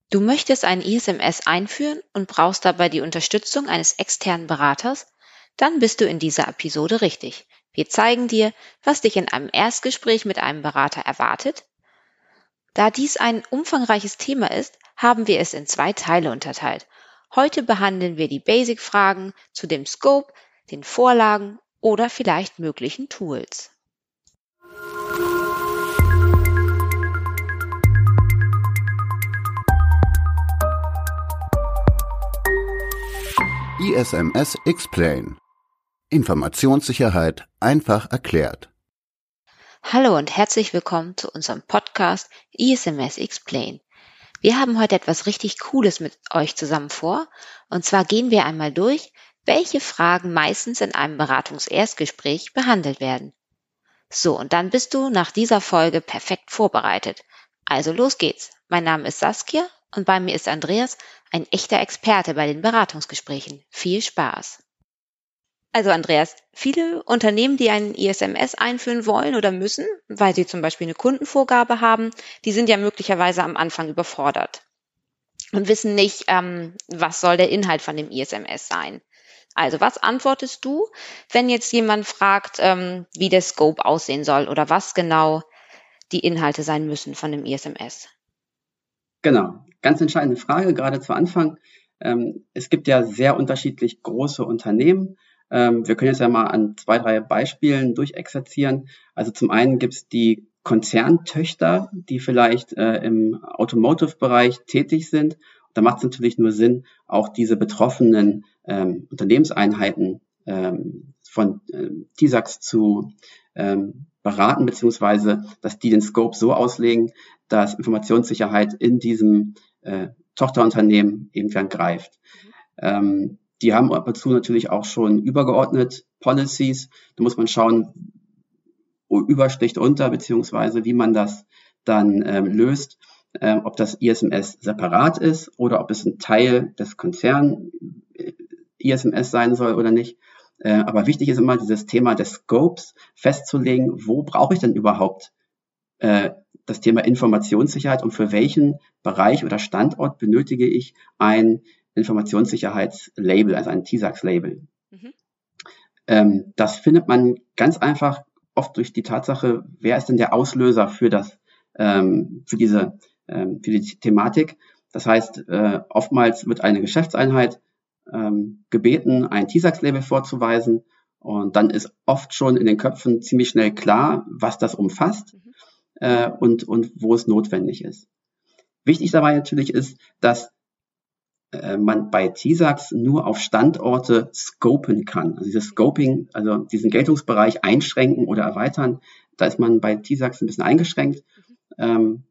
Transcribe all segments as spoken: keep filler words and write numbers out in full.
Du möchtest ein I S M S einführen und brauchst dabei die Unterstützung eines externen Beraters? Dann bist du in dieser Episode richtig. Wir zeigen dir, was dich in einem Erstgespräch mit einem Berater erwartet. Da dies ein umfangreiches Thema ist, haben wir es in zwei Teile unterteilt. Heute behandeln wir die Basic-Fragen zu dem Scope, den Vorlagen oder vielleicht möglichen Tools. I S M S Explain. Informationssicherheit einfach erklärt. Hallo und herzlich willkommen zu unserem Podcast I S M S Explain. Wir haben heute etwas richtig Cooles mit euch zusammen vor. Und zwar gehen wir einmal durch, welche Fragen meistens in einem Beratungserstgespräch behandelt werden. So, und dann bist du nach dieser Folge perfekt vorbereitet. Also los geht's. Mein Name ist Saskia und bei mir ist Andreas, ein echter Experte bei den Beratungsgesprächen. Viel Spaß! Also Andreas, viele Unternehmen, die einen I S M S einführen wollen oder müssen, weil sie zum Beispiel eine Kundenvorgabe haben, die sind ja möglicherweise am Anfang überfordert und wissen nicht, ähm, was soll der Inhalt von dem I S M S sein. Also was antwortest du, wenn jetzt jemand fragt, ähm, wie der Scope aussehen soll oder was genau die Inhalte sein müssen von dem I S M S? Genau, ganz entscheidende Frage, gerade zu Anfang. Ähm, es gibt ja sehr unterschiedlich große Unternehmen. Ähm, wir können jetzt ja mal an zwei, drei Beispielen durchexerzieren. Also zum einen gibt es die Konzerntöchter, die vielleicht äh, im Automotive-Bereich tätig sind. Da macht es natürlich nur Sinn, auch diese betroffenen ähm, Unternehmenseinheiten ähm, von ähm, T I S A X zu ähm, beraten, beziehungsweise dass die den Scope so auslegen, dass Informationssicherheit in diesem äh, Tochterunternehmen eben dann greift. Mhm. Ähm, die haben ab und zu natürlich auch schon übergeordnet Policies. Da muss man schauen, wo übersticht unter, beziehungsweise wie man das dann ähm, löst, äh, ob das I S M S separat ist oder ob es ein Teil des Konzern äh, I S M S sein soll oder nicht. Äh, aber wichtig ist immer dieses Thema des Scopes festzulegen, wo brauche ich denn überhaupt äh, das Thema Informationssicherheit und für welchen Bereich oder Standort benötige ich ein Informationssicherheitslabel, also ein T I S A X-Label. Mhm. Ähm, das findet man ganz einfach oft durch die Tatsache, wer ist denn der Auslöser für das, ähm, für diese, ähm, für die Thematik. Das heißt, äh, oftmals wird eine Geschäftseinheit ähm, gebeten, ein T I S A X-Label vorzuweisen und dann ist oft schon in den Köpfen ziemlich schnell klar, was das umfasst. Mhm. Äh, und, und wo es notwendig ist. Wichtig dabei natürlich ist, dass äh, man bei T I S A X nur auf Standorte scopen kann. Also dieses Scoping, also diesen Geltungsbereich einschränken oder erweitern, da ist man bei T I S A X ein bisschen eingeschränkt. Mhm. Ähm,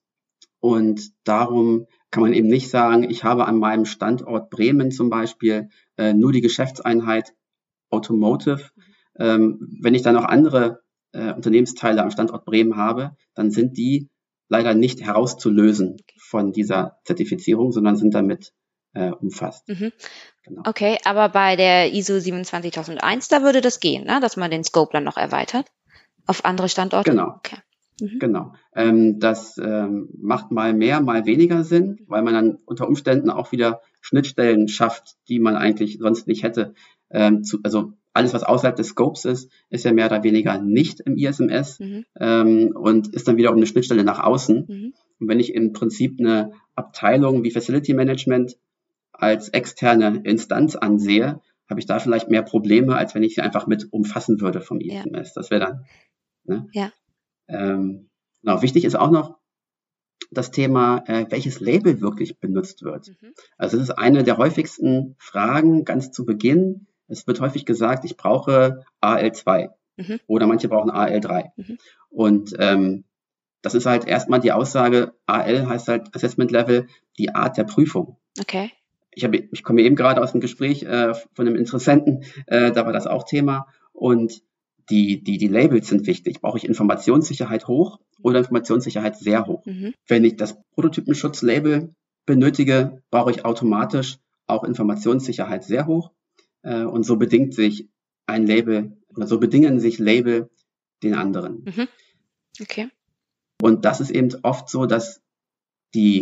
und darum kann man eben nicht sagen, ich habe an meinem Standort Bremen zum Beispiel äh, nur die Geschäftseinheit Automotive. Mhm. Ähm, wenn ich dann noch andere Äh, Unternehmensteile am Standort Bremen habe, dann sind die leider nicht herauszulösen von dieser Zertifizierung, sondern sind damit äh, umfasst. Mhm. Genau. Okay, aber bei der I S O siebenundzwanzigtausendeins, da würde das gehen, ne? Dass man den Scope dann noch erweitert auf andere Standorte? Genau. Okay. Mhm. Genau. Ähm, das ähm, macht mal mehr, mal weniger Sinn, weil man dann unter Umständen auch wieder Schnittstellen schafft, die man eigentlich sonst nicht hätte. Ähm, zu, also alles, was außerhalb des Scopes ist, ist ja mehr oder weniger nicht im I S M S mhm. ähm, und ist dann wiederum eine Schnittstelle nach außen. Mhm. Und wenn ich im Prinzip eine Abteilung wie Facility Management als externe Instanz ansehe, habe ich da vielleicht mehr Probleme, als wenn ich sie einfach mit umfassen würde vom I S M S. Ja. Das wäre dann. Ne? Ja. Ähm, genau, wichtig ist auch noch das Thema, äh, welches Label wirklich benutzt wird. Mhm. Also das ist eine der häufigsten Fragen ganz zu Beginn. Es wird häufig gesagt, ich brauche A L zwei mhm. oder manche brauchen A L drei. Mhm. Und ähm, das ist halt erstmal die Aussage, A L heißt halt Assessment Level, die Art der Prüfung. Okay. Ich, hab, ich komme eben gerade aus dem Gespräch äh, von einem Interessenten, äh, da war das auch Thema. Und die, die, die Labels sind wichtig. Brauche ich Informationssicherheit hoch oder Informationssicherheit sehr hoch? Mhm. Wenn ich das Prototypenschutzlabel benötige, brauche ich automatisch auch Informationssicherheit sehr hoch. Äh, und so bedingt sich ein Label oder so bedingen sich Label den anderen. Mhm. Okay. Und das ist eben oft so, dass die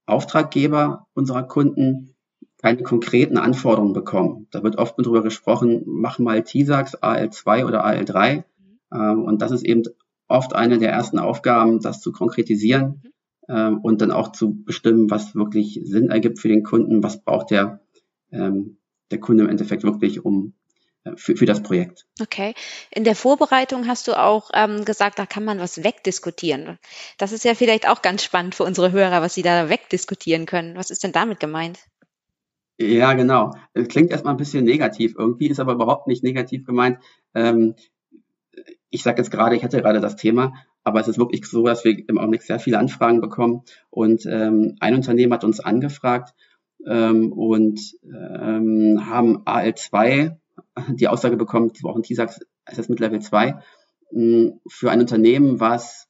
Auftraggeber unserer Kunden keine konkreten Anforderungen bekommen. Da wird oft darüber gesprochen, mach mal T I S A X, A L zwei oder A L drei. Ähm, und das ist eben oft eine der ersten Aufgaben, das zu konkretisieren ähm, und dann auch zu bestimmen, was wirklich Sinn ergibt für den Kunden, was braucht der, ähm, der Kunde im Endeffekt wirklich um äh, für, für das Projekt. Okay. In der Vorbereitung hast du auch ähm, gesagt, da kann man was wegdiskutieren. Das ist ja vielleicht auch ganz spannend für unsere Hörer, was sie da wegdiskutieren können. Was ist denn damit gemeint? Ja, genau. Es klingt erstmal ein bisschen negativ. Irgendwie ist aber überhaupt nicht negativ gemeint. Ähm, ich sage jetzt gerade, ich hatte gerade das Thema, aber es ist wirklich so, dass wir im Augenblick sehr viele Anfragen bekommen. Und ähm, ein Unternehmen hat uns angefragt ähm, und ähm, haben A L zwei die Aussage bekommen, die brauchen T I S A X Assessment Level zwei. Mh, Für ein Unternehmen, was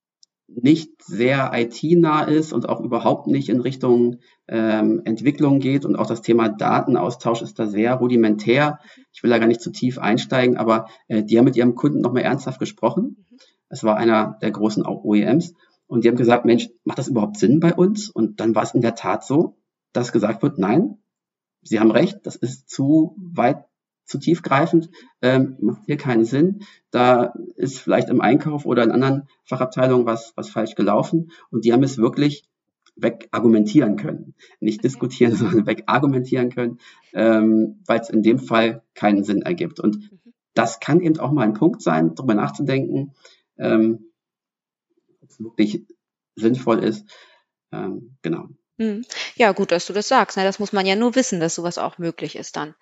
nicht sehr I T-nah ist und auch überhaupt nicht in Richtung ähm, Entwicklung geht. Und auch das Thema Datenaustausch ist da sehr rudimentär. Ich will da gar nicht zu tief einsteigen, aber äh, die haben mit ihrem Kunden nochmal ernsthaft gesprochen. Es war einer der großen O E Ms. Und die haben gesagt, Mensch, macht das überhaupt Sinn bei uns? Und dann war es in der Tat so, dass gesagt wird, nein, Sie haben recht, das ist zu weit zu tiefgreifend, ähm, macht hier keinen Sinn. Da ist vielleicht im Einkauf oder in anderen Fachabteilungen was, was falsch gelaufen und die haben es wirklich wegargumentieren können. Nicht diskutieren, sondern wegargumentieren können, ähm, weil es in dem Fall keinen Sinn ergibt. Und das kann eben auch mal ein Punkt sein, darüber nachzudenken, ähm, ob es wirklich sinnvoll ist. Ähm, genau. Hm. Ja, gut, dass du das sagst. Ne? Das muss man ja nur wissen, dass sowas auch möglich ist dann.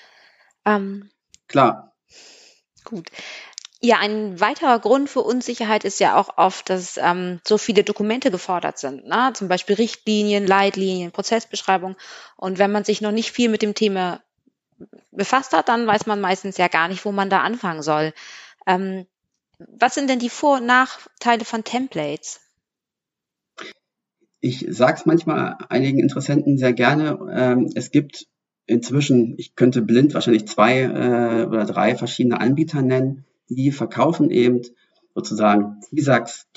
Ähm, Klar. Gut. Ja, ein weiterer Grund für Unsicherheit ist ja auch oft, dass ähm, so viele Dokumente gefordert sind, ne? Zum Beispiel Richtlinien, Leitlinien, Prozessbeschreibung. Und wenn man sich noch nicht viel mit dem Thema befasst hat, dann weiß man meistens ja gar nicht, wo man da anfangen soll. Ähm, was sind denn die Vor- und Nachteile von Templates? Ich sage es manchmal einigen Interessenten sehr gerne. Ähm, es gibt inzwischen, ich könnte blind wahrscheinlich zwei äh, oder drei verschiedene Anbieter nennen, die verkaufen eben sozusagen T I S A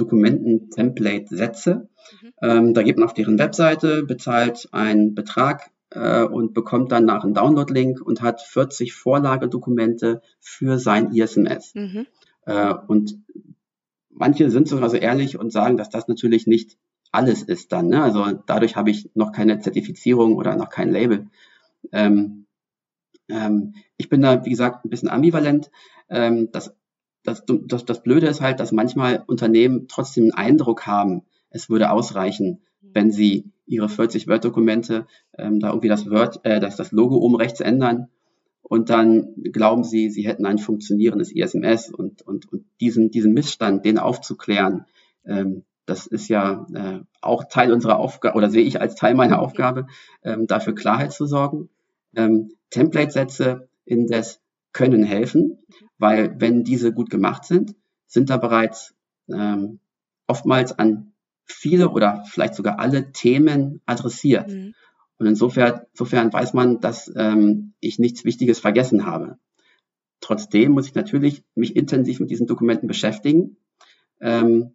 X-Dokumenten-Template-Sätze. Mhm. Ähm, da geht man auf deren Webseite, bezahlt einen Betrag äh, und bekommt dann nach einen Download-Link und hat vierzig Vorlagedokumente für sein I S M S. Mhm. Äh, und manche sind sogar so ehrlich und sagen, dass das natürlich nicht alles ist dann. Ne? Also dadurch habe ich noch keine Zertifizierung oder noch kein Label. Ähm, ähm, ich bin da, wie gesagt, ein bisschen ambivalent. Ähm, das, das, das, das Blöde ist halt, dass manchmal Unternehmen trotzdem einen Eindruck haben, es würde ausreichen, wenn sie ihre vierzig Word-Dokumente ähm, da irgendwie das Word, äh, das, das Logo oben rechts ändern und dann glauben sie, sie hätten ein funktionierendes I S M S und, und, und diesen, diesen Missstand, den aufzuklären, ähm, das ist ja äh, auch Teil unserer Aufgabe, oder sehe ich als Teil meiner Aufgabe, ähm, dafür Klarheit zu sorgen. Ähm, Template-Sätze indes können helfen, weil wenn diese gut gemacht sind, sind da bereits ähm, oftmals an viele oder vielleicht sogar alle Themen adressiert. Mhm. Und insofern, insofern weiß man, dass ähm, ich nichts Wichtiges vergessen habe. Trotzdem muss ich natürlich mich intensiv mit diesen Dokumenten beschäftigen ähm,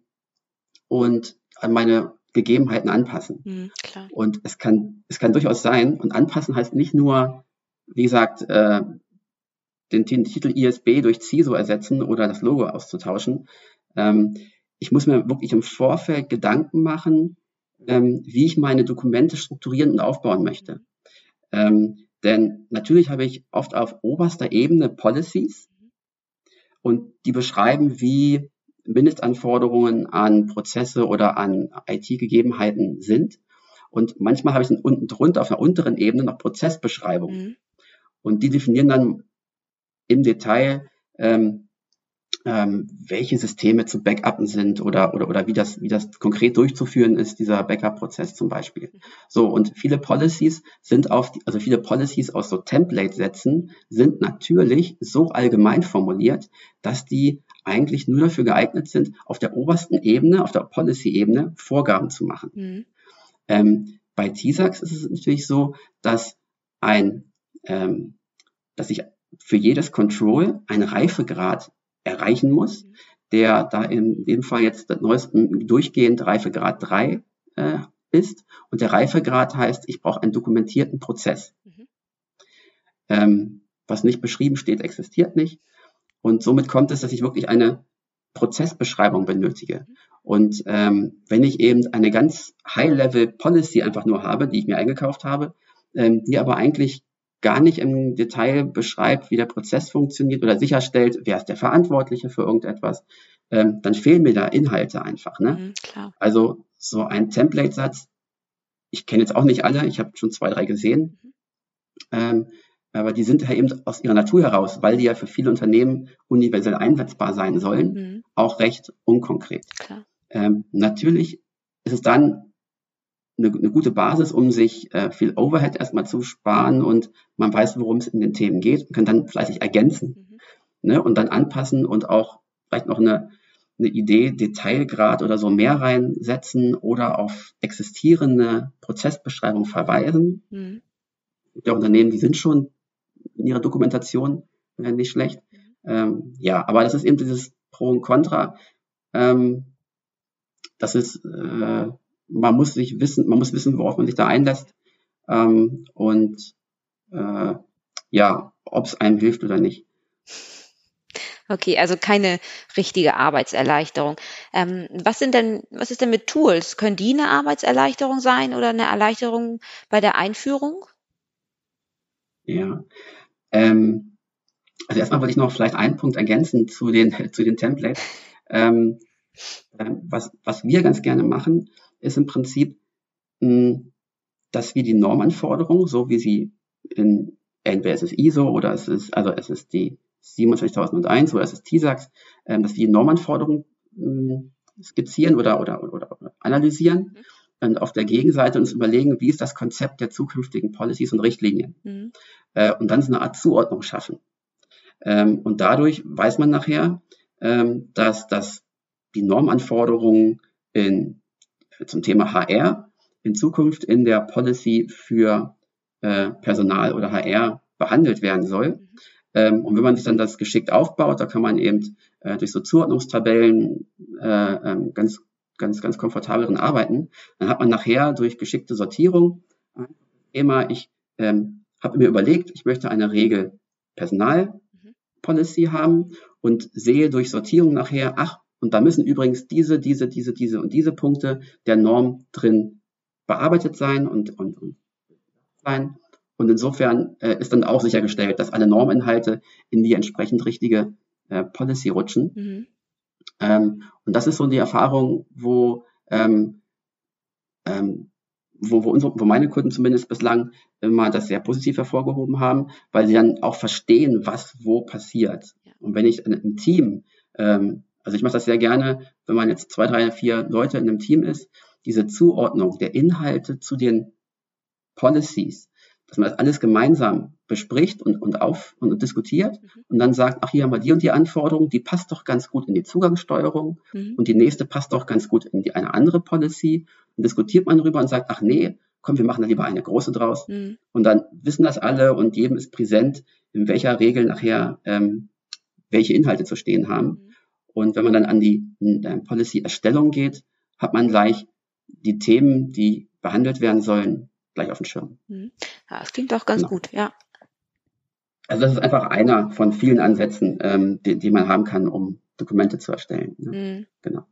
und an meine Gegebenheiten anpassen. Mhm, klar. Und es kann, es kann durchaus sein, und anpassen heißt nicht nur, wie gesagt, äh, den, den Titel I S B durch C I S O ersetzen oder das Logo auszutauschen. Ähm, ich muss mir wirklich im Vorfeld Gedanken machen, ähm, wie ich meine Dokumente strukturieren und aufbauen möchte. Ähm, denn natürlich habe ich oft auf oberster Ebene Policies und die beschreiben, wie Mindestanforderungen an Prozesse oder an I T-Gegebenheiten sind. Und manchmal habe ich dann unten drunter auf einer unteren Ebene noch Prozessbeschreibungen. Mhm. Und die definieren dann im Detail, ähm, ähm, welche Systeme zu backuppen sind oder, oder, oder wie das, wie das konkret durchzuführen ist, dieser Backup-Prozess zum Beispiel. So, und viele Policies sind auf, die, also viele Policies aus so Template-Sätzen sind natürlich so allgemein formuliert, dass die eigentlich nur dafür geeignet sind, auf der obersten Ebene, auf der Policy-Ebene Vorgaben zu machen. Mhm. Ähm, bei T I S A X ist es natürlich so, dass ein, ähm, dass ich für jedes Control einen Reifegrad erreichen muss, der da in dem Fall jetzt das neueste durchgehend Reifegrad drei äh, ist. Und der Reifegrad heißt, ich brauche einen dokumentierten Prozess. Mhm. Ähm, was nicht beschrieben steht, existiert nicht. Und somit kommt es, dass ich wirklich eine Prozessbeschreibung benötige. Und ähm, wenn ich eben eine ganz High-Level-Policy einfach nur habe, die ich mir eingekauft habe, ähm, die aber eigentlich gar nicht im Detail beschreibt, wie der Prozess funktioniert oder sicherstellt, wer ist der Verantwortliche für irgendetwas, ähm, dann fehlen mir da Inhalte einfach. Ne? Mhm, klar. Also so ein Template-Satz, ich kenne jetzt auch nicht alle, ich habe schon zwei, drei gesehen, Mhm. ähm, aber die sind ja eben aus ihrer Natur heraus, weil die ja für viele Unternehmen universell einsetzbar sein sollen, Mhm, auch recht unkonkret. klar. Ähm, natürlich ist es dann eine, eine gute Basis, um sich äh, viel Overhead erstmal zu sparen und man weiß, worum es in den Themen geht und kann dann fleißig ergänzen, Mhm. ne, und dann anpassen und auch vielleicht noch eine, eine Idee, Detailgrad oder so mehr reinsetzen oder auf existierende Prozessbeschreibung verweisen. Mhm. Der Unternehmen, die sind schon in ihrer Dokumentation äh, nicht schlecht. Mhm. Ähm, ja, aber das ist eben dieses Pro und Contra. Ähm, das ist, äh, man muss sich wissen, man muss wissen, worauf man sich da einlässt, ähm, und äh, ja, ob es einem hilft oder nicht. Okay, also keine richtige Arbeitserleichterung. Ähm, was sind denn, was ist denn mit Tools? Können die eine Arbeitserleichterung sein oder eine Erleichterung bei der Einführung? Ja. Ähm, also erstmal wollte ich noch vielleicht einen Punkt ergänzen zu den zu den Templates. Ähm, ähm, was was wir ganz gerne machen, ist im Prinzip, mh, dass wir die Normanforderungen, so wie sie in, entweder es ist I S O oder es ist, also es ist die siebenundzwanzigtausendeins oder es ist T I S A X, ähm, dass wir die Normanforderungen mh, skizzieren oder, oder, oder, oder analysieren Mhm. und auf der Gegenseite uns überlegen, wie ist das Konzept der zukünftigen Policies und Richtlinien, Mhm. äh, und dann so eine Art Zuordnung schaffen. Ähm, und dadurch weiß man nachher, ähm, dass, dass die Normanforderungen in, zum Thema H R in Zukunft in der Policy für äh, Personal oder H R behandelt werden soll. Mhm. Ähm, und wenn man sich dann das geschickt aufbaut, da kann man eben äh, durch so Zuordnungstabellen äh, ähm, ganz, ganz, ganz komfortabel drin arbeiten. Dann hat man nachher durch geschickte Sortierung ein Thema, ich ähm, habe mir überlegt, ich möchte eine Regel Personal Mhm. Policy haben und sehe durch Sortierung nachher, ach, und da müssen übrigens diese, diese, diese, diese und diese Punkte der Norm drin bearbeitet sein und, und, und sein. Und insofern äh, ist dann auch sichergestellt, dass alle Norminhalte in die entsprechend richtige äh, Policy rutschen. Mhm. Ähm, und das ist so die Erfahrung, wo, ähm, ähm, wo, wo, unsere, wo meine Kunden zumindest bislang immer das sehr positiv hervorgehoben haben, weil sie dann auch verstehen, was wo passiert. Ja. Und wenn ich in einem Team, ähm, also ich mache das sehr gerne, wenn man jetzt zwei, drei, vier Leute in einem Team ist, diese Zuordnung der Inhalte zu den Policies, dass man das alles gemeinsam bespricht und, und auf und, und diskutiert Mhm. und dann sagt, ach, hier haben wir die und die Anforderung, die passt doch ganz gut in die Zugangssteuerung Mhm. und die nächste passt doch ganz gut in die eine andere Policy. Und diskutiert man darüber und sagt, ach nee, komm, wir machen da lieber eine große draus. Mhm. Und dann wissen das alle und jedem ist präsent, in welcher Regel nachher ähm, welche Inhalte zu stehen haben. Mhm. Und wenn man dann an die äh, Policy-Erstellung geht, hat man gleich die Themen, die behandelt werden sollen, gleich auf dem Schirm. Mhm. Ja, das klingt doch ganz Genau. gut, ja. Also das ist einfach einer von vielen Ansätzen, ähm, die, die man haben kann, um Dokumente zu erstellen. Ne? Mhm. Genau.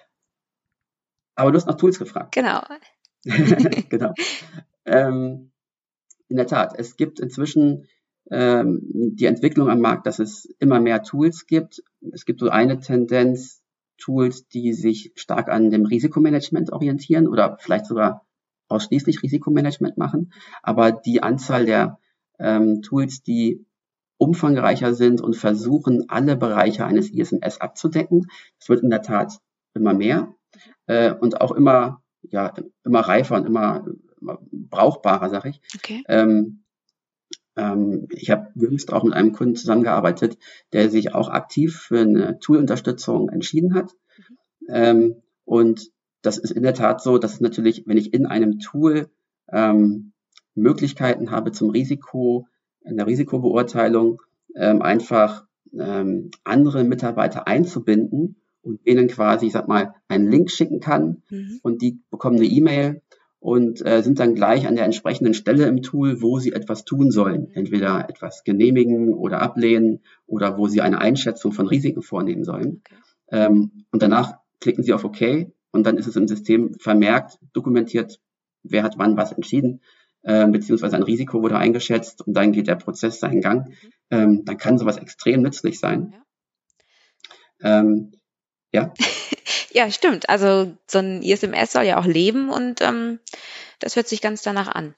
Aber du hast nach Tools gefragt. Genau. Genau. Ähm, in der Tat, es gibt inzwischen ähm, die Entwicklung am Markt, dass es immer mehr Tools gibt. Es gibt so eine Tendenz, Tools, die sich stark an dem Risikomanagement orientieren oder vielleicht sogar ausschließlich Risikomanagement machen. Aber die Anzahl der ähm, Tools, die umfangreicher sind und versuchen, alle Bereiche eines I S M S abzudecken, das wird in der Tat immer mehr äh, und auch immer, ja, immer reifer und immer, immer brauchbarer, sag ich. Okay. Ähm, ähm, ich habe jüngst auch mit einem Kunden zusammengearbeitet, der sich auch aktiv für eine Tool-Unterstützung entschieden hat. Mhm. Ähm, und das ist in der Tat so, dass es natürlich, wenn ich in einem Tool ähm, Möglichkeiten habe zum Risiko, in der Risikobeurteilung, ähm, einfach ähm, andere Mitarbeiter einzubinden und denen quasi, ich sag mal, einen Link schicken kann Mhm. und die bekommen eine E-Mail und äh, sind dann gleich an der entsprechenden Stelle im Tool, wo sie etwas tun sollen. Entweder etwas genehmigen oder ablehnen oder wo sie eine Einschätzung von Risiken vornehmen sollen. Okay. Ähm, und danach klicken sie auf OK und dann ist es im System vermerkt, dokumentiert, wer hat wann was entschieden, äh, beziehungsweise ein Risiko wurde eingeschätzt und dann geht der Prozess seinen Gang. Mhm. Ähm, dann kann sowas extrem nützlich sein. Ja. Ähm, ja. Ja, stimmt. Also so ein I S M S soll ja auch leben und ähm, das hört sich ganz danach an.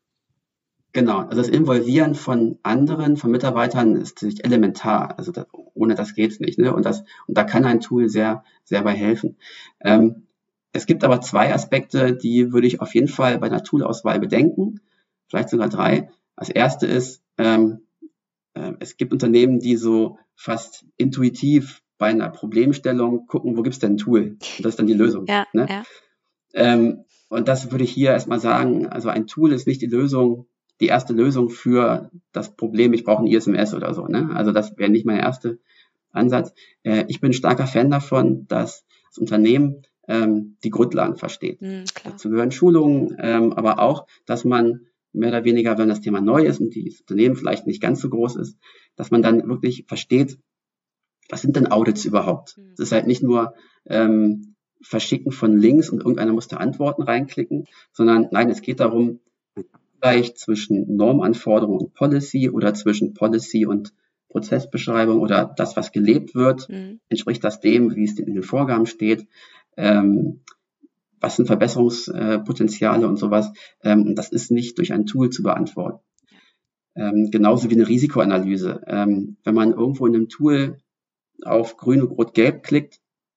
Genau, also das Involvieren von anderen, von Mitarbeitern ist natürlich elementar. Also das, ohne das geht's nicht. Ne? Und das und da kann ein Tool sehr, sehr bei helfen. Ähm, es gibt aber zwei Aspekte, die würde ich auf jeden Fall bei einer Toolauswahl bedenken. Vielleicht sogar drei. Das erste ist, ähm, äh, es gibt Unternehmen, die so fast intuitiv bei einer Problemstellung gucken, wo gibt's denn ein Tool? Und das ist dann die Lösung. Ja, Ne? ja. Ähm, und das würde ich hier erstmal sagen. Also ein Tool ist nicht die Lösung, die erste Lösung für das Problem, ich brauche ein I S M S oder so. Ne? Also das wäre nicht mein erster Ansatz. Äh, ich bin ein starker Fan davon, dass das Unternehmen ähm, die Grundlagen versteht. Mhm, klar. Dazu gehören Schulungen, ähm, aber auch, dass man mehr oder weniger, wenn das Thema neu ist und das Unternehmen vielleicht nicht ganz so groß ist, dass man dann wirklich versteht, was sind denn Audits überhaupt? Mhm. Es ist halt nicht nur ähm, Verschicken von Links und irgendeiner muss da Antworten reinklicken, sondern nein, es geht darum, Abgleich zwischen Normanforderung und Policy oder zwischen Policy und Prozessbeschreibung oder das, was gelebt wird, Mhm. entspricht das dem, wie es in den Vorgaben steht, ähm, was sind Verbesserungspotenziale und sowas. Ähm, das ist nicht durch ein Tool zu beantworten. Ähm, genauso wie eine Risikoanalyse. Ähm, wenn man irgendwo in einem Tool auf grün, rot, gelb klickt,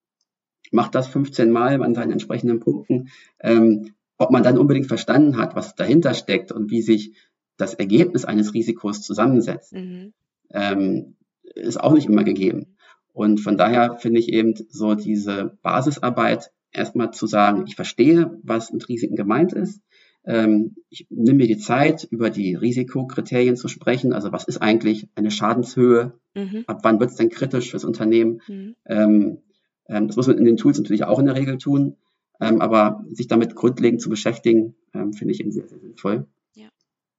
macht das fünfzehn Mal an seinen entsprechenden Punkten. Ähm, ob man dann unbedingt verstanden hat, was dahinter steckt und wie sich das Ergebnis eines Risikos zusammensetzt, Mhm. ähm, ist auch nicht immer gegeben. Und von daher finde ich eben so diese Basisarbeit, erstmal zu sagen, ich verstehe, was mit Risiken gemeint ist. Ähm, ich nehme mir die Zeit, über die Risikokriterien zu sprechen. Also was ist eigentlich eine Schadenshöhe? Mhm. Ab wann wird es denn kritisch fürs Unternehmen? Mhm. Ähm, ähm, das muss man in den Tools natürlich auch in der Regel tun. Ähm, aber sich damit grundlegend zu beschäftigen, ähm, finde ich eben sehr, sehr sinnvoll. Ja.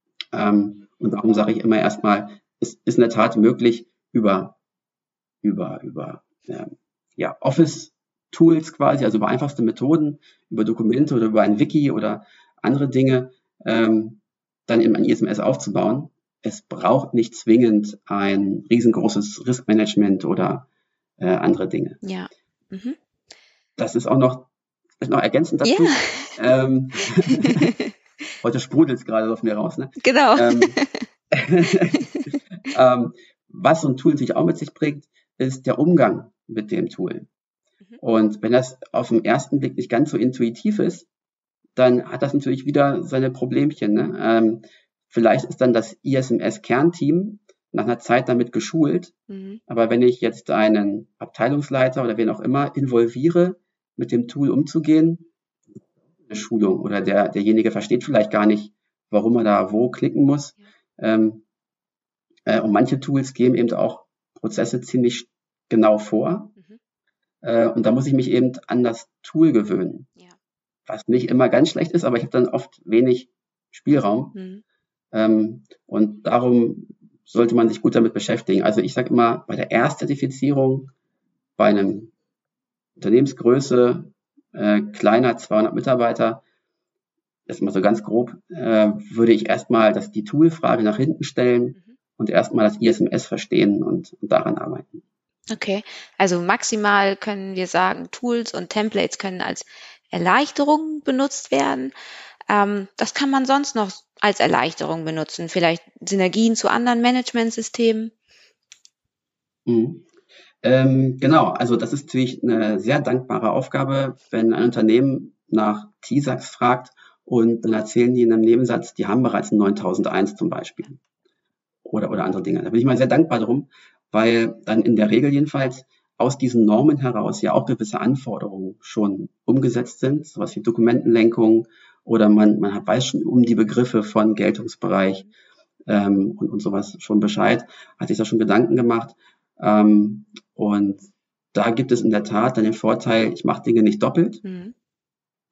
Ähm, und darum sage ich immer erstmal, es ist in der Tat möglich, über, über, über ähm, ja, Office-Tools quasi, also über einfachste Methoden, über Dokumente oder über ein Wiki oder andere Dinge, ähm, dann eben ein I S M S aufzubauen. Es braucht nicht zwingend ein riesengroßes Riskmanagement oder äh, andere Dinge. Ja. Mhm. Das ist auch noch, vielleicht noch ergänzend dazu. Ja. Ähm, heute sprudelt es gerade auf mir raus. Ne? Genau. Ähm, ähm, was so ein Tool natürlich auch mit sich bringt, ist der Umgang mit dem Tool. Mhm. Und wenn das auf den ersten Blick nicht ganz so intuitiv ist, dann hat das natürlich wieder seine Problemchen. Ne? Ähm, vielleicht ist dann das I S M S-Kernteam nach einer Zeit damit geschult. Mhm. Aber wenn ich jetzt einen Abteilungsleiter oder wen auch immer involviere, mit dem Tool umzugehen, eine Schulung oder der, derjenige versteht vielleicht gar nicht, warum er da wo klicken muss. Ja. Ähm, äh, und manche Tools geben eben auch Prozesse ziemlich genau vor. Mhm. Äh, und da muss ich mich eben an das Tool gewöhnen. Ja. Was nicht immer ganz schlecht ist, aber ich habe dann oft wenig Spielraum. Mhm. Ähm, und darum sollte man sich gut damit beschäftigen. Also ich sage immer, bei der Erstzertifizierung, bei einem Unternehmensgröße, äh, kleiner zweihundert Mitarbeiter, erstmal so ganz grob, äh, würde ich erstmal das, die Tool-Frage nach hinten stellen Mhm. und erstmal das I S M S verstehen und, und daran arbeiten. Okay, also maximal können wir sagen, Tools und Templates können als Erleichterung benutzt werden. Ähm, das kann man sonst noch als Erleichterung benutzen, vielleicht Synergien zu anderen Managementsystemen. Mhm. Ähm, genau, also das ist natürlich eine sehr dankbare Aufgabe, wenn ein Unternehmen nach T SAX fragt und dann erzählen die in einem Nebensatz, die haben bereits ein neuntausendeins zum Beispiel oder, oder andere Dinge. Da bin ich mal sehr dankbar drum, weil dann in der Regel jedenfalls aus diesen Normen heraus ja auch gewisse Anforderungen schon umgesetzt sind, sowas wie Dokumentenlenkung oder man, man hat, weiß schon um die Begriffe von Geltungsbereich ähm, und, und sowas schon Bescheid, hat sich da schon Gedanken gemacht. Ähm, und da gibt es in der Tat dann den Vorteil, ich mache Dinge nicht doppelt. Mhm.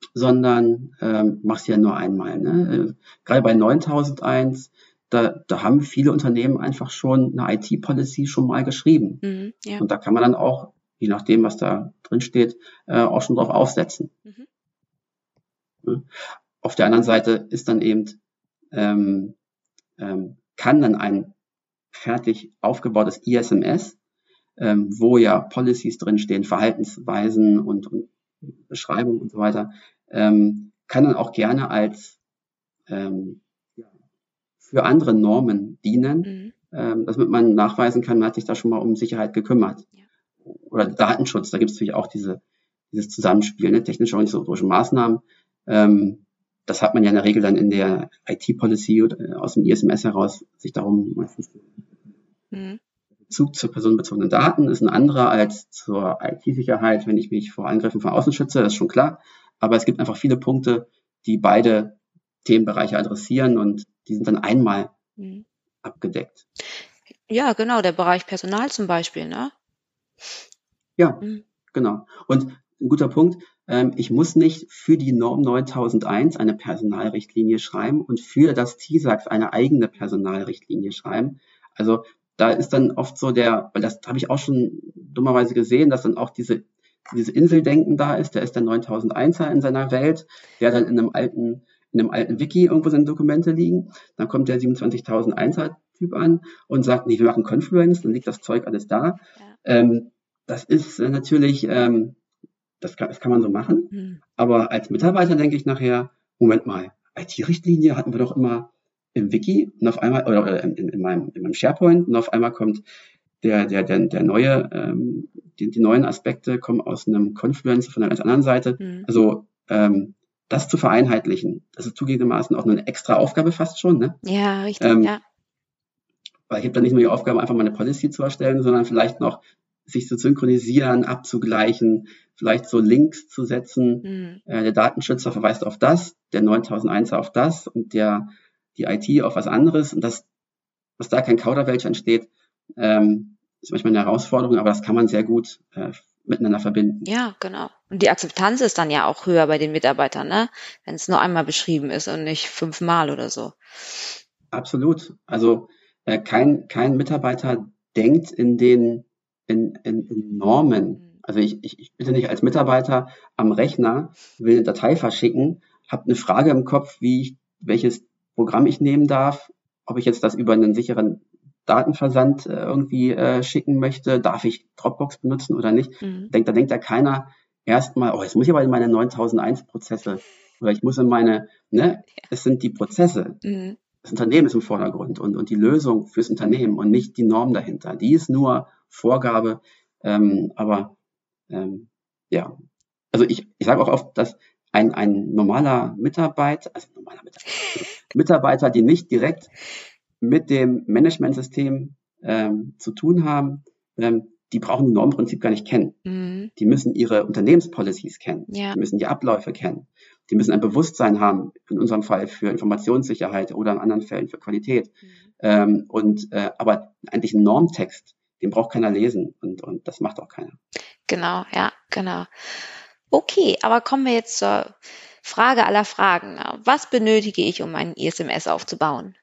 sondern ähm, mach's ja nur einmal. Ne? Äh, Gerade bei neuntausendeins, da, da haben viele Unternehmen einfach schon eine I T-Policy schon mal geschrieben. Mhm. Ja. Und da kann man dann auch, je nachdem, was da drin steht, äh, auch schon drauf aufsetzen. Mhm. Ne? Auf der anderen Seite ist dann eben, ähm, ähm, kann dann ein fertig aufgebautes I S M S, ähm, wo ja Policies drinstehen, Verhaltensweisen und, und Beschreibung und so weiter, ähm, kann dann auch gerne als ähm, ja, für andere Normen dienen, Mhm. ähm, damit man nachweisen kann, man hat sich da schon mal um Sicherheit gekümmert. Ja. Oder Datenschutz, da gibt es natürlich auch diese, dieses Zusammenspiel, ne, technische und organisatorische Maßnahmen. Ähm, das hat man ja in der Regel dann in der I T-Policy oder äh, aus dem I S M S heraus sich darum meistens. Mhm. Bezug zu personenbezogenen Daten ist ein anderer als zur I T-Sicherheit, wenn ich mich vor Angriffen von außen schütze, das ist schon klar. Aber es gibt einfach viele Punkte, die beide Themenbereiche adressieren und die sind dann einmal Mhm. abgedeckt. Ja, genau, der Bereich Personal zum Beispiel, ne? Ja, Mhm. genau. Und ein guter Punkt, ähm, ich muss nicht für die Norm neuntausendeins eine Personalrichtlinie schreiben und für das T I S A X eine eigene Personalrichtlinie schreiben. Also da ist dann oft so der, weil das habe ich auch schon dummerweise gesehen, dass dann auch diese diese Inseldenken da ist, der ist der neuntausendeinser in seiner Welt, der dann in einem alten in einem alten Wiki irgendwo seine Dokumente liegen, dann kommt der siebenundzwanzigtausendeinser Typ an und sagt, nee, wir machen Confluence, dann liegt das Zeug alles da. Ja. Ähm, das ist äh, natürlich, ähm, das kann, das kann man so machen, Mhm. aber als Mitarbeiter denke ich nachher, Moment mal, I T-Richtlinie hatten wir doch immer im Wiki und auf einmal, oder, oder in, in, meinem, in meinem SharePoint und auf einmal kommt der, der, der, der neue, ähm, die, die neuen Aspekte kommen aus einem Confluence von einer ganz anderen Seite. Mhm. Also ähm, das zu vereinheitlichen, das ist zugegebenermaßen auch eine extra Aufgabe fast schon, ne? Ja, richtig, Ähm, ja. Weil ich habe dann nicht nur die Aufgabe, einfach mal eine Policy zu erstellen, sondern vielleicht noch sich zu synchronisieren, abzugleichen, vielleicht so Links zu setzen. Mhm. Äh, der Datenschützer verweist auf das, der neuntausendeinser auf das und der die I T auf was anderes. Und das, was da kein Kauderwelsch entsteht, ähm, ist manchmal eine Herausforderung, aber das kann man sehr gut äh, miteinander verbinden. Ja, genau. Und die Akzeptanz ist dann ja auch höher bei den Mitarbeitern, ne? Wenn es nur einmal beschrieben ist und nicht fünfmal oder so. Absolut. Also äh, kein, kein Mitarbeiter denkt in den in, in, in Normen. Mhm. Also ich, ich, ich bitte nicht als Mitarbeiter am Rechner, will eine Datei verschicken, habe eine Frage im Kopf, wie ich, welches Programm ich nehmen darf, ob ich jetzt das über einen sicheren Datenversand äh, irgendwie äh, schicken möchte, darf ich Dropbox benutzen oder nicht. Mhm. Denkt, da denkt ja keiner erstmal, oh, jetzt muss ich aber in meine neuntausendeins Prozesse oder ich muss in meine, ne, es sind die Prozesse. Mhm. Das Unternehmen ist im Vordergrund und, und die Lösung fürs Unternehmen und nicht die Norm dahinter. Die ist nur Vorgabe, ähm, aber ähm, ja, also ich, ich sage auch oft, dass ein, ein normaler Mitarbeiter, also normaler Mitarbeiter, also Mitarbeiter, die nicht direkt mit dem Managementsystem ähm, zu tun haben, ähm, die brauchen die Normprinzip gar nicht kennen. Mhm. Die müssen ihre Unternehmenspolicies kennen. Ja. Die müssen die Abläufe kennen. Die müssen ein Bewusstsein haben, in unserem Fall für Informationssicherheit oder in anderen Fällen für Qualität. Mhm. Ähm, und äh, aber eigentlich einen Normtext, den braucht keiner lesen und, und das macht auch keiner. Genau, ja, genau. Okay, aber kommen wir jetzt zur Frage aller Fragen. Was benötige ich, um ein I S M S aufzubauen?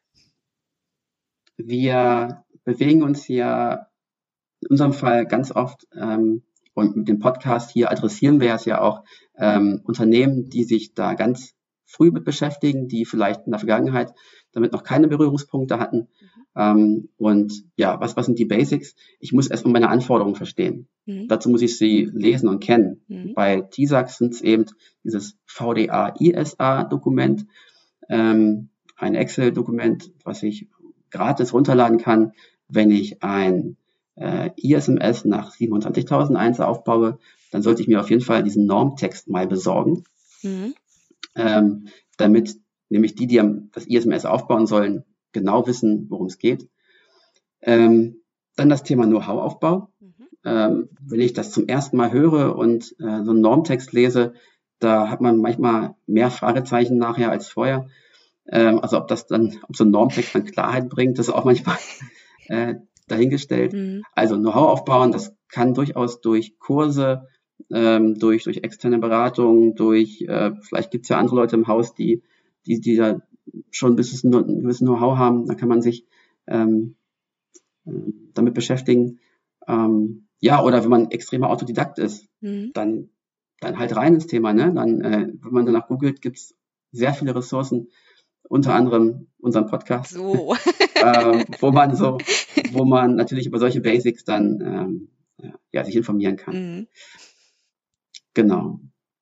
Wir bewegen uns ja in unserem Fall ganz oft ähm, und mit dem Podcast hier adressieren wir es ja auch ähm, Unternehmen, die sich da ganz früh mit beschäftigen, die vielleicht in der Vergangenheit damit noch keine Berührungspunkte hatten. Mhm. Ähm, und ja, was, was sind die Basics? Ich muss erstmal meine Anforderungen verstehen. Mhm. Dazu muss ich sie lesen und kennen. Mhm. Bei T I S A X sind es eben dieses V D A I S A-Dokument, ähm, ein Excel-Dokument, was ich gratis runterladen kann, wenn ich ein äh, I S M S nach siebenundzwanzigtausendeins aufbaue, dann sollte ich mir auf jeden Fall diesen Normtext mal besorgen, Mhm. ähm, damit nämlich die, die am, das I S M S aufbauen sollen, genau wissen, worum es geht. Ähm, dann das Thema Know-how-Aufbau. Mhm. Ähm, wenn ich das zum ersten Mal höre und äh, so einen Normtext lese, da hat man manchmal mehr Fragezeichen nachher als vorher. Ähm, also ob das dann, ob so ein Normtext dann Klarheit bringt, das ist auch manchmal äh, dahingestellt. Mhm. Also Know-how aufbauen, das kann durchaus durch Kurse ähm, durch, durch externe Beratung, durch, äh, vielleicht gibt es ja andere Leute im Haus, die, die, die da schon ein bisschen, ein gewisses Know-how haben, da kann man sich ähm, damit beschäftigen. Ähm, ja, oder wenn man extremer Autodidakt ist, mhm. dann, dann halt rein ins Thema, ne? Dann, äh, wenn man danach googelt, gibt es sehr viele Ressourcen, unter anderem unseren Podcast, so. ähm, wo man so, wo man natürlich über solche Basics dann ähm, ja, sich informieren kann. Mhm. Genau.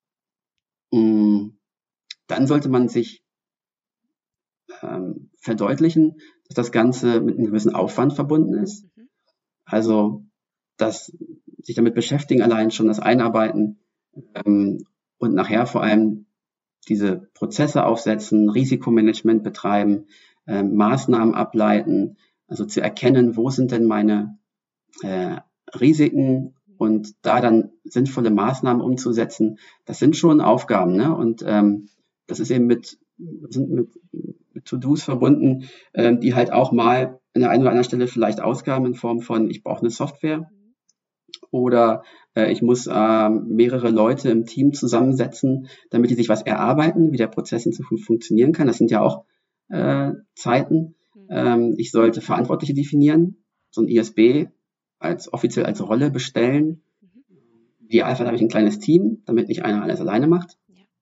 Dann sollte man sich ähm, verdeutlichen, dass das Ganze mit einem gewissen Aufwand verbunden ist. Mhm. Also, dass sich damit beschäftigen, allein schon das Einarbeiten ähm, und nachher vor allem diese Prozesse aufsetzen, Risikomanagement betreiben, äh, Maßnahmen ableiten, also zu erkennen, wo sind denn meine äh, Risiken und da dann sinnvolle Maßnahmen umzusetzen, das sind schon Aufgaben, ne? Und ähm, das ist eben mit, sind mit, mit To-Dos verbunden, ähm, die halt auch mal an der einen oder anderen Stelle vielleicht Ausgaben in Form von, ich brauche eine Software oder äh, ich muss äh, mehrere Leute im Team zusammensetzen, damit die sich was erarbeiten, wie der Prozess in Zukunft funktionieren kann. Das sind ja auch äh, Zeiten. Ähm, ich sollte Verantwortliche definieren, so ein I S B als offiziell als Rolle bestellen. Idealfall habe ich ein kleines Team, damit nicht einer alles alleine macht.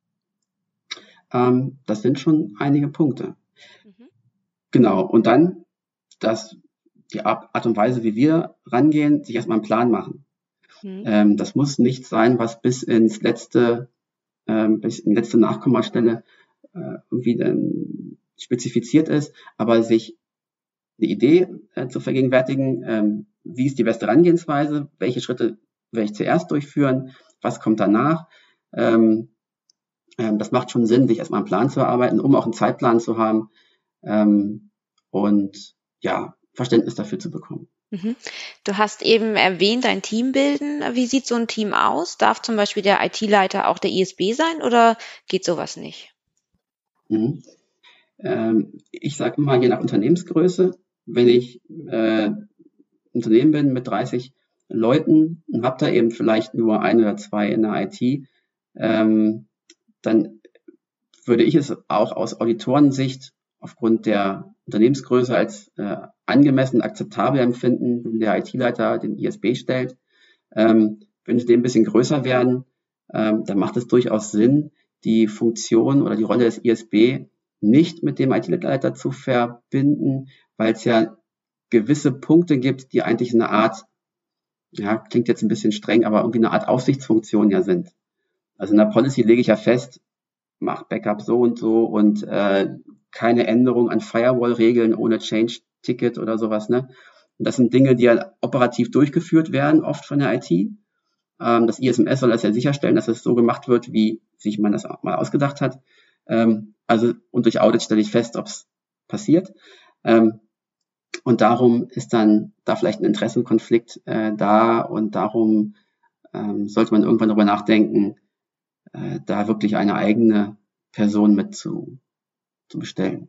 Ja. Ähm, das sind schon einige Punkte. Mhm. Genau, und dann das, die Art und Weise, wie wir rangehen, sich erstmal einen Plan machen. Mhm. Ähm, das muss nicht sein, was bis ins letzte, ähm, bis in die letzte Nachkommastelle äh, irgendwie dann spezifiziert ist, aber sich eine Idee äh, zu vergegenwärtigen, ähm, wie ist die beste Herangehensweise, welche Schritte werde ich zuerst durchführen, was kommt danach. Ähm, ähm, das macht schon Sinn, sich erstmal einen Plan zu erarbeiten, um auch einen Zeitplan zu haben ähm, und ja, Verständnis dafür zu bekommen. Mhm. Du hast eben erwähnt, ein Team bilden. Wie sieht so ein Team aus? Darf zum Beispiel der I T-Leiter auch der I S B sein oder geht sowas nicht? Mhm. Ähm, ich sage immer, je nach Unternehmensgröße, wenn ich äh, Unternehmen bin mit dreißig Leuten und habe da eben vielleicht nur ein oder zwei in der I T, ähm, dann würde ich es auch aus Auditorensicht aufgrund der Unternehmensgröße als äh, angemessen akzeptabel empfinden, wenn der I T-Leiter den I S B stellt. Ähm, wenn sie ein bisschen größer werden, ähm, dann macht es durchaus Sinn, die Funktion oder die Rolle des I S B nicht mit dem I T-Leiter zu verbinden, weil es ja gewisse Punkte gibt, die eigentlich eine Art, ja, klingt jetzt ein bisschen streng, aber irgendwie eine Art Aufsichtsfunktion ja sind. Also in der Policy lege ich ja fest, mach Backup so und so und äh, keine Änderung an Firewall-Regeln ohne Change-Ticket oder sowas, ne? Und das sind Dinge, die ja operativ durchgeführt werden, oft von der I T. Ähm, das I S M S soll das ja sicherstellen, dass es so gemacht wird, wie sich man das auch mal ausgedacht hat. Ähm, also, und durch Audit stelle ich fest, ob es passiert. Ähm, und darum ist dann da vielleicht ein Interessenkonflikt äh, da und darum ähm, sollte man irgendwann darüber nachdenken, äh, da wirklich eine eigene Person mit zu, zu bestellen.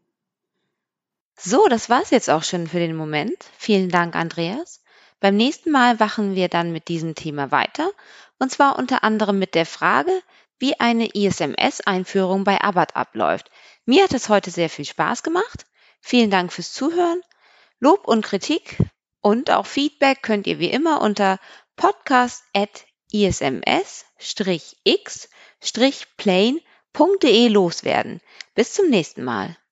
So, das war's jetzt auch schon für den Moment. Vielen Dank, Andreas. Beim nächsten Mal machen wir dann mit diesem Thema weiter, und zwar unter anderem mit der Frage, wie eine I S M S-Einführung bei ABAP abläuft. Mir hat es heute sehr viel Spaß gemacht. Vielen Dank fürs Zuhören. Lob und Kritik und auch Feedback könnt ihr wie immer unter podcast at i s m s x plane punkt d e loswerden. Bis zum nächsten Mal.